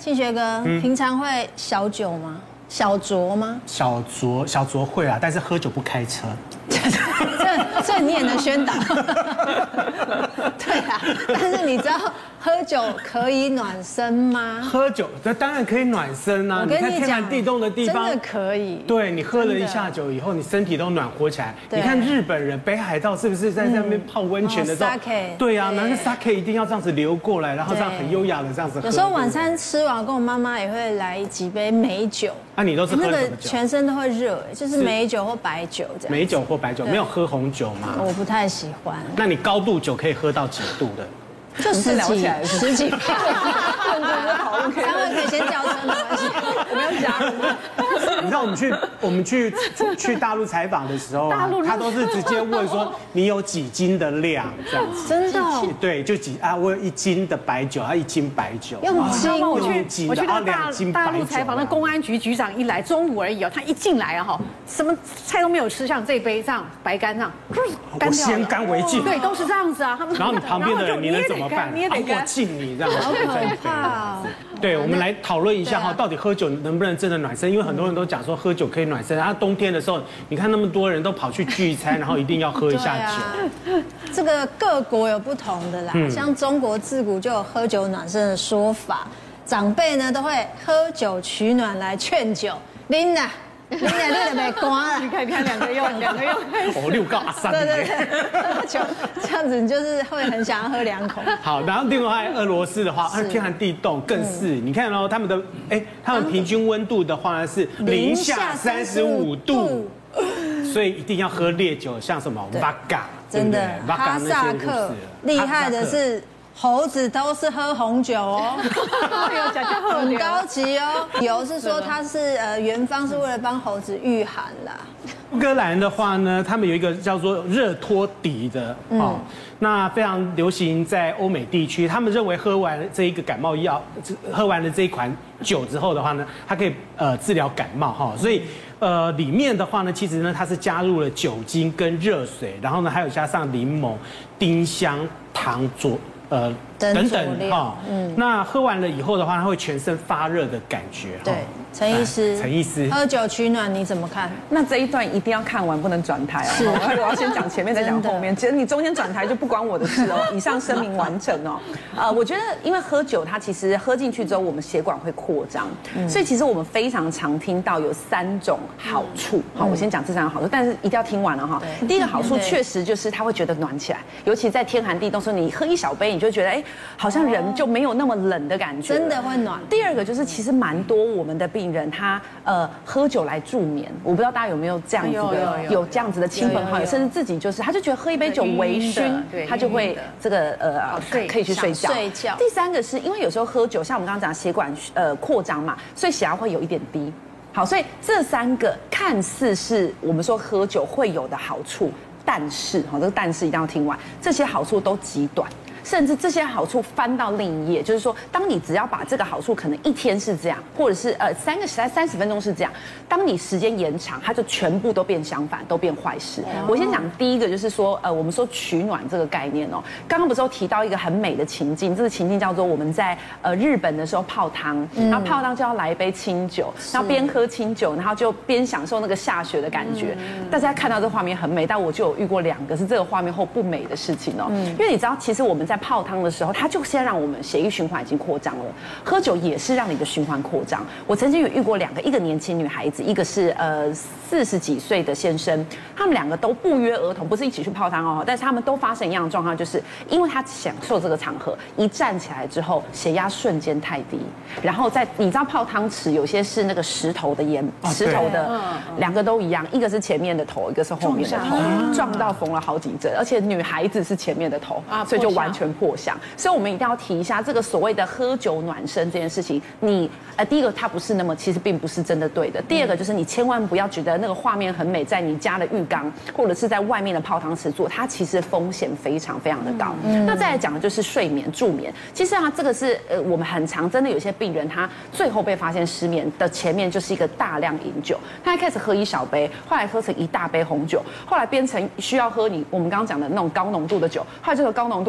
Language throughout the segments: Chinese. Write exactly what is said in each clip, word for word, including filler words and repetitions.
庆学哥，平常会小酒吗？小酌吗？ 小酌小酌会啊，但是喝酒不开车。 这这你也能宣导？对啊，但是你知道喝酒可以暖身吗？ 喝酒那当然可以暖身啊！你看天寒地冻的地方， 真的可以。 对你喝了一下酒以后，你身体都暖和起来。你看日本人北海道是不是在那边泡温泉的时候？对啊，那个 sake 一定要这样子流过来，然后这样很优雅的这样子喝。 有时候晚餐吃完，跟我妈妈也会来几杯美酒。 啊，你都是喝什么酒？ 那个全身都会热，就是美酒或白酒这样。 美酒或白酒，没有喝红酒吗？ 我不太喜欢。 那你高度酒可以喝到几度的？ 就十几，十几。 认真的讨论， 三位可以先叫车，没关系， 我没有加入。 你知道我们去我们去去大陆采访的时候啊，他都是直接问说你有几斤的量这样子。 真的？ 对，就几啊，我有一斤的白酒，啊一斤白酒。 用斤？ 我去我去那大大陆采访，那公安局局长一来，中午而已哦，他一进来啊哈，什么菜都没有吃，像这杯这样白干这样， 我先干为敬。 对，都是这样子啊。他们然后你旁边的人你能怎么办？ 你也得干， 我敬你这样。 好可怕。 对，我们来讨论一下哈，到底喝酒能不能真的暖身？因为很多人都讲说喝酒可以暖身，然后冬天的时候，你看那么多人都跑去聚餐，然后一定要喝一下酒。 这个各国有不同的啦，像中国自古就有喝酒暖身的说法，长辈呢都会喝酒取暖来劝酒，拎呐。你俩你都没刮了， 你看你看两个用两个用， 哦六个阿三， 对对对，喝酒这样子你就是会很想要喝两口。 好，然后另外俄罗斯的话，天寒地冻更是，你看哦，他们的哎，他们平均温度的话呢是零下三十五度，所以一定要喝烈酒，像什么 vodka， 真的哈萨克厉害的是。猴子都是喝红酒哦，很高级哦。有是说它是呃原方是为了帮猴子御寒啦。 乌克兰的话呢，他们有一个叫做热托迪的哦，那非常流行在欧美地区。他们认为喝完这一个感冒药，喝完了这一款酒之后的话呢，它可以呃治疗感冒哈，所以。呃，里面的话呢，其实呢，它是加入了酒精跟热水，然后呢，还有加上柠檬、丁香、糖佐呃等等哈。嗯，那喝完了以后的话，它会全身发热的感觉。 对，陈医师， 陈医师， 喝酒取暖你怎么看？ 那这一段一定要看完，不能转台哦。是，我要先讲前面，再讲后面。其实你中间转台就不关我的事哦。以上声明完成哦。呃，我觉得因为喝酒，它其实喝进去之后，我们血管会扩张，所以其实我们非常常听到有三种好处。好，我先讲这三种好处，但是一定要听完了哈。第一个好处确实就是它会觉得暖起来，尤其在天寒地冻时候，你喝一小杯，你就觉得哎，好像人就没有那么冷的感觉， 真的会暖。 第二个就是其实蛮多我们的病人他呃喝酒来助眠，我不知道大家有没有这样子的有这样子的亲朋好友，甚至自己就是他就觉得喝一杯酒微醺，他就会这个呃可以去睡觉。 睡觉。 第三个是因为有时候喝酒，像我们刚刚讲血管呃扩张嘛，所以血压会有一点低。好，所以这三个看似是我们说喝酒会有的好处，但是好，这个但是一定要听完，这些好处都极短。甚至这些好处翻到另一页，就是说，当你只要把这个好处可能一天是这样，或者是呃三个时代三十分钟是这样，当你时间延长，它就全部都变相反，都变坏事。我先讲第一个，就是说，呃，我们说取暖这个概念哦，刚刚不是有提到一个很美的情境，这个情境叫做我们在呃日本的时候泡汤，然后泡汤就要来一杯清酒，然后边喝清酒，然后就边享受那个下雪的感觉。大家看到这画面很美，但我就有遇过两个是这个画面后不美的事情哦，因为你知道，其实我们在在泡汤的时候，它就先让我们血液循环已经扩张了。喝酒也是让你的循环扩张。我曾经有遇过两个，一个年轻女孩子，一个是呃四十几岁的先生，他们两个都不约而同，不是一起去泡汤哦，但是他们都发生一样的状况，就是因为他享受这个场合，一站起来之后，血压瞬间太低，然后在你知道泡汤池有些是那个石头的岩，石头的，两个都一样，一个是前面的头，一个是后面的头，撞到缝了好几针，而且女孩子是前面的头，所以就完全破相。所以我们一定要提一下这个所谓的喝酒暖身这件事情，你呃第一个它不是那么，其实并不是真的对的。第二个就是你千万不要觉得那个画面很美，在你家的浴缸或者是在外面的泡汤池做，它其实风险非常非常的高。那再来讲的就是睡眠助眠，其实啊这个是呃我们很常真的有些病人他最后被发现失眠的前面就是一个大量饮酒，他一开始喝一小杯，后来喝成一大杯红酒，后来变成需要喝你我们刚刚讲的那种高浓度的酒，后来这个高浓度越来越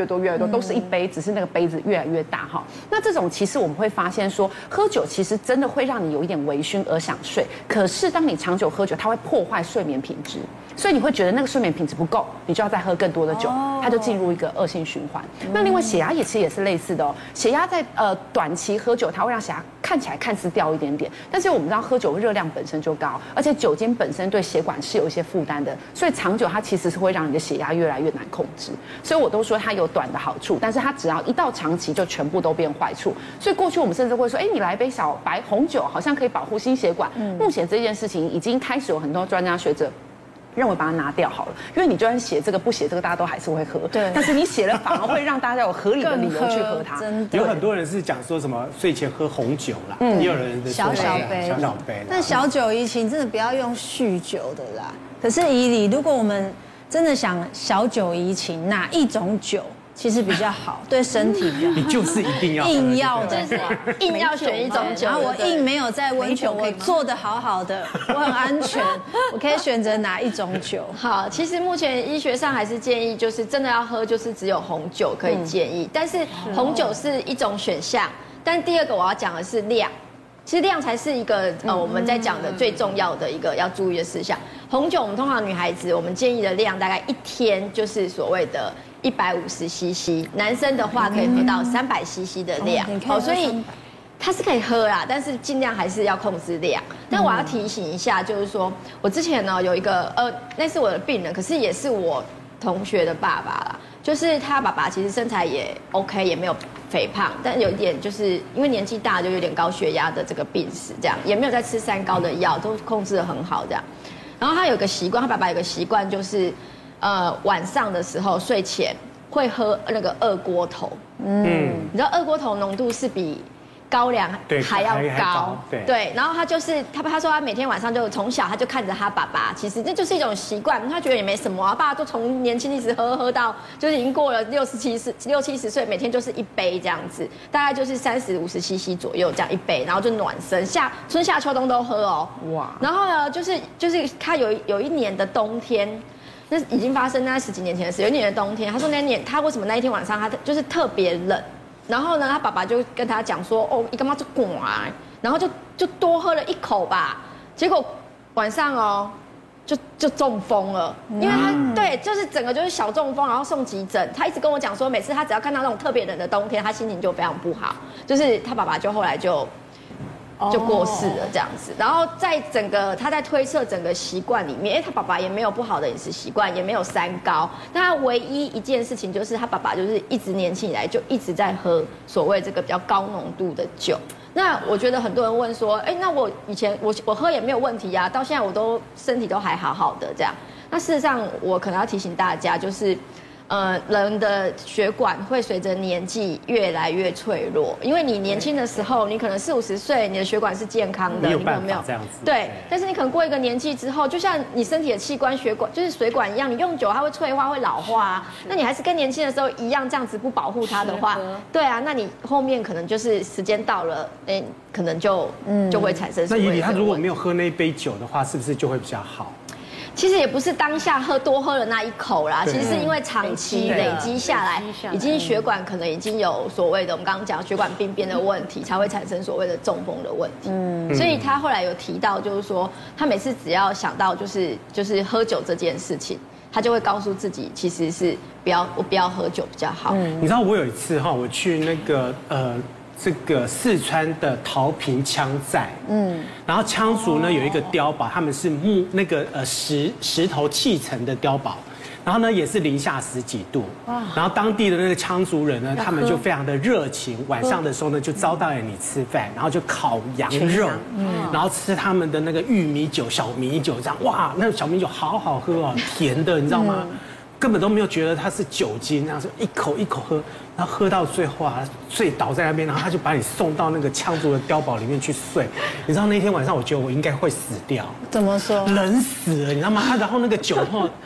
多越来越多，都是一杯，只是那个杯子越来越大哈。那这种其实我们会发现说，喝酒其实真的会让你有一点微醺而想睡，可是当你长久喝酒，它会破坏睡眠品质，所以你会觉得那个睡眠品质不够，你就要再喝更多的酒，它就进入一个恶性循环。那另外血压也其实也是类似的哦，血压在呃短期喝酒，它会让血压看起来看似掉一点点，但是我们知道喝酒热量本身就高，而且酒精本身对血管是有一些负担的，所以长久它其实是会让你的血压越来越难控制。所以我都说它有短的好处，但是它只要一到长期就全部都变坏处。所以过去我们甚至会说，哎，你来一杯小白红酒好像可以保护心血管。目前这件事情已经开始有很多专家学者认为把它拿掉好了，因为你就算写这个不写这个，大家都还是会喝。对，但是你写了反而会让大家有合理的理由去喝它。 真的， 有很多人是讲说什么睡前喝红酒啦，也有人的小小杯， 小小杯。 但小酒怡情真的不要用酗酒的啦。可是以你，如果我们真的想小酒怡情，哪一种酒其实比较好，对身体比较好？ 你就是一定要硬要的， 硬要选一种酒。 然后我硬没有在温泉，我做的好好的，我很安全，我可以选择哪一种酒？ 好，其实目前医学上还是建议，就是真的要喝，就是只有红酒可以建议。但是红酒是一种选项，但第二个我要讲的是量。其实量才是一个呃我们在讲的最重要的一个要注意的事项。红酒我们通常女孩子我们建议的量大概一天就是所谓的一百五十 C C， 男生的话可以喝到三百 C C 的量。好，所以它是可以喝啦，但是尽量还是要控制量。但我要提醒一下，就是说我之前呢有一个呃那是我的病人，可是也是我同学的爸爸啦。就是他爸爸其实身材也 OK， 也没有肥胖，但有一点就是因为年纪大，就有点高血压的这个病史，这样也没有在吃三高的药，都控制得很好这样。然后他有个习惯，他爸爸有个习惯就是，呃，晚上的时候睡前会喝那个二锅头。嗯，你知道二锅头浓度是比高粱还要高，对对，然后他就是他他说他每天晚上就从小他就看着他爸爸，其实那就是一种习惯，他觉得也没什么啊，爸爸都从年轻一直喝喝到就是已经过了六十七十六七十岁，每天就是一杯这样子，大概就是三十五十 C C 左右这样一杯，然后就暖身，夏春夏秋冬都喝哦，哇，然后呢就是就是他有有一年的冬天。那已经发生在十几年前的事，有一年的冬天，他说那年他为什么那一天晚上他就是特别冷。然后呢，他爸爸就跟他讲说，哦，你干嘛就滚啊？然后就就多喝了一口吧，结果晚上哦，就就中风了，因为他对，就是整个就是小中风，然后送急诊。他一直跟我讲说，每次他只要看到那种特别冷的冬天，他心情就非常不好。就是他爸爸就后来就就过世了这样子。然后在整个他在推测整个习惯里面，哎，他爸爸也没有不好的饮食习惯，也没有三高。但他唯一一件事情就是他爸爸就是一直年轻以来就一直在喝所谓这个比较高浓度的酒。那我觉得很多人问说，哎，那我以前我我喝也没有问题啊，到现在我都身体都还好好的这样。那事实上我可能要提醒大家就是。呃，人的血管会随着年纪越来越脆弱，因为你年轻的时候，你可能四五十岁，你的血管是健康的， 你有办法这样子。 对，但是你可能过一个年纪之后，就像你身体的器官血管就是水管一样，你用久它会脆化、会老化啊。那你还是跟年轻的时候一样这样子不保护它的话，对啊，那你后面可能就是时间到了，哎，可能就嗯就会产生。 那以你他如果没有喝那一杯酒的话，是不是就会比较好？ 其实也不是当下喝多喝了那一口啦，其实是因为长期累积下来，已经血管可能已经有所谓的我们刚刚讲血管病变的问题，才会产生所谓的中风的问题。嗯，所以他后来有提到，就是说他每次只要想到就是就是喝酒这件事情，他就会告诉自己，其实是不要我不要喝酒比较好。嗯， 你知道我有一次哈，我去那个呃。这个四川的桃坪羌寨，嗯，然后羌族呢有一个碉堡，他们是木那个呃石石头砌成的碉堡，然后呢也是零下十几度，然后当地的那个羌族人呢，他们就非常的热情，晚上的时候呢就招待你吃饭，然后就烤羊肉，然后吃他们的那个玉米酒、小米酒这样，哇，那个小米酒好好喝哦，甜的，你知道吗？根本都没有觉得它是酒精，然后是一口一口喝，然后喝到最后啊，醉倒在那边，然后他就把你送到那个羌族的碉堡里面去睡。你知道那天晚上，我觉得我应该会死掉。 怎么说？ 冷死了，你知道吗？他然后那个酒后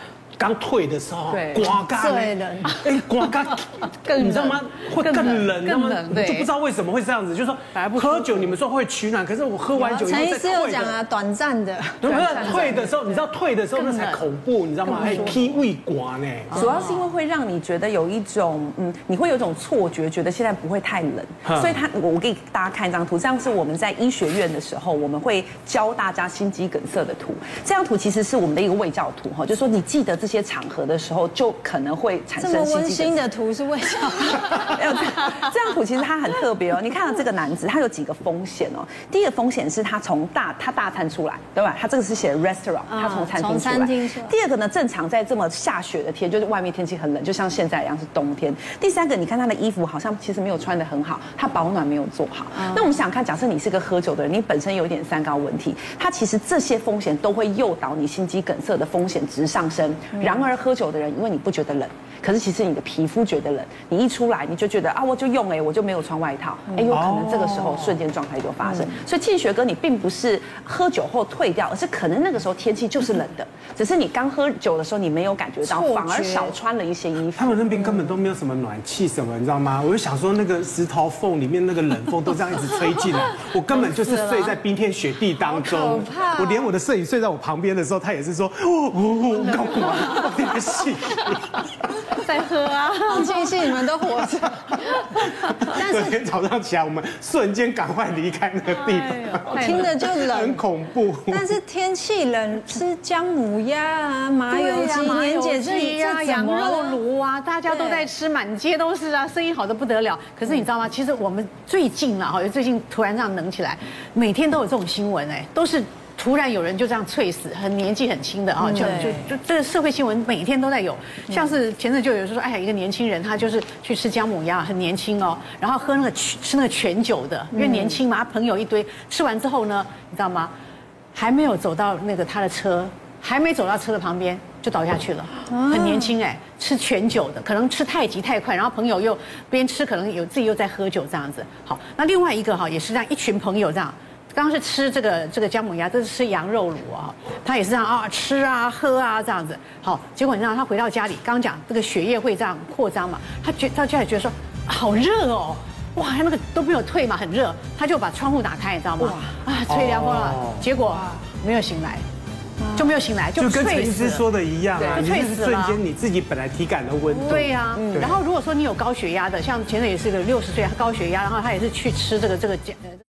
刚退的时候， 对刮干最冷， 哎，刮干更，你知道吗？会更冷， 更冷， 你就不知道为什么会这样子。就是说喝酒，你们说会取暖，可是我喝完酒以后再陈医师有退的， 讲啊，短暂的， 不是退的时候，你知道退的时候那才恐怖，你知道吗？还踢胃刮呢。 主要是因为会让你觉得有一种，嗯，你会有一种错觉，觉得现在不会太冷，所以它，我我给大家看一张图，这样是我们在医学院的时候，我们会教大家心肌梗塞的图。这张图其实是我们的一个卫教图哈，就是说你记得这些场合的时候，就可能会产生这么温心肌梗塞。 馨的图是卫教。 这张图其实它很特别哦，你看到这个男子，他有几个风险哦。第一个风险是他从大他大餐出来，对吧？他这个是写 restaurant， 他从餐厅出来。 从餐厅出来。 第二个呢，正常在这么下雪的天，就是外面天气很冷，就像现在一样是冬天。第三个，你看他的衣服好像其实没有穿得很好，他保暖没有做好。那我们想看，假设你是个喝酒的人，你本身有一点三高问题，他其实这些风险都会诱导你心肌梗塞的风险值上升。然而喝酒的人，因为你不觉得冷，可是其实你的皮肤觉得冷，你一出来你就觉得啊，我就用哎，我就没有穿外套，哎，有可能这个时候瞬间状态就发生。所以庆学哥，你并不是喝酒后退掉，而是可能那个时候天气就是冷的，只是你刚喝酒的时候你没有感觉到，反而少穿了一些衣服。 他们那边根本都没有什么暖气什么，你知道吗？我就想说那个石头缝里面那个冷风都这样一直吹进来，我根本就是睡在冰天雪地当中。我连我的摄影睡在我旁边的时候，他也是说，哦，我干嘛？我这个戏。 在喝啊， 好庆幸你们都活着。 但是天早上起来，我们瞬间赶快离开那个地方， 听着就冷， 很恐怖。 但是天气冷，吃姜母鸭啊、麻油鸡、年姐这这羊肉炉啊，大家都在吃，满街都是啊，生意好的不得了。可是你知道吗？其实我们最近了哈，最近突然这样冷起来，每天都有这种新闻哎，都是。突然有人就这样猝死，很年纪很轻的啊，就就就这个社会新闻每天都在有，像是前阵就有人说，哎呀，一个年轻人他就是去吃姜母鸭，很年轻哦，然后喝那个吃那个全酒的，因为年轻嘛，他朋友一堆，吃完之后呢，你知道吗？还没有走到那个他的车，还没走到车的旁边就倒下去了，很年轻哎，吃全酒的，可能吃太急太快，然后朋友又边吃，可能有自己又在喝酒这样子。好，那另外一个哈也是这样，一群朋友这样。刚刚是吃这个这个姜母鸭，这是吃羊肉卤啊，他也是这样啊，吃啊喝啊这样子。好，结果你知道他回到家里，刚刚讲这个血液会这样扩张嘛，他觉到家里觉得说好热哦，哇，那个都没有退嘛，很热，他就把窗户打开，你知道吗？啊，吹凉风了，结果没有醒来，就没有醒来， 就跟陈医师说的一样啊，你就是瞬间你自己本来体感的温度。 对呀，然后如果说你有高血压的，像前阵也是个六十岁高血压，然后他也是去吃这个这个。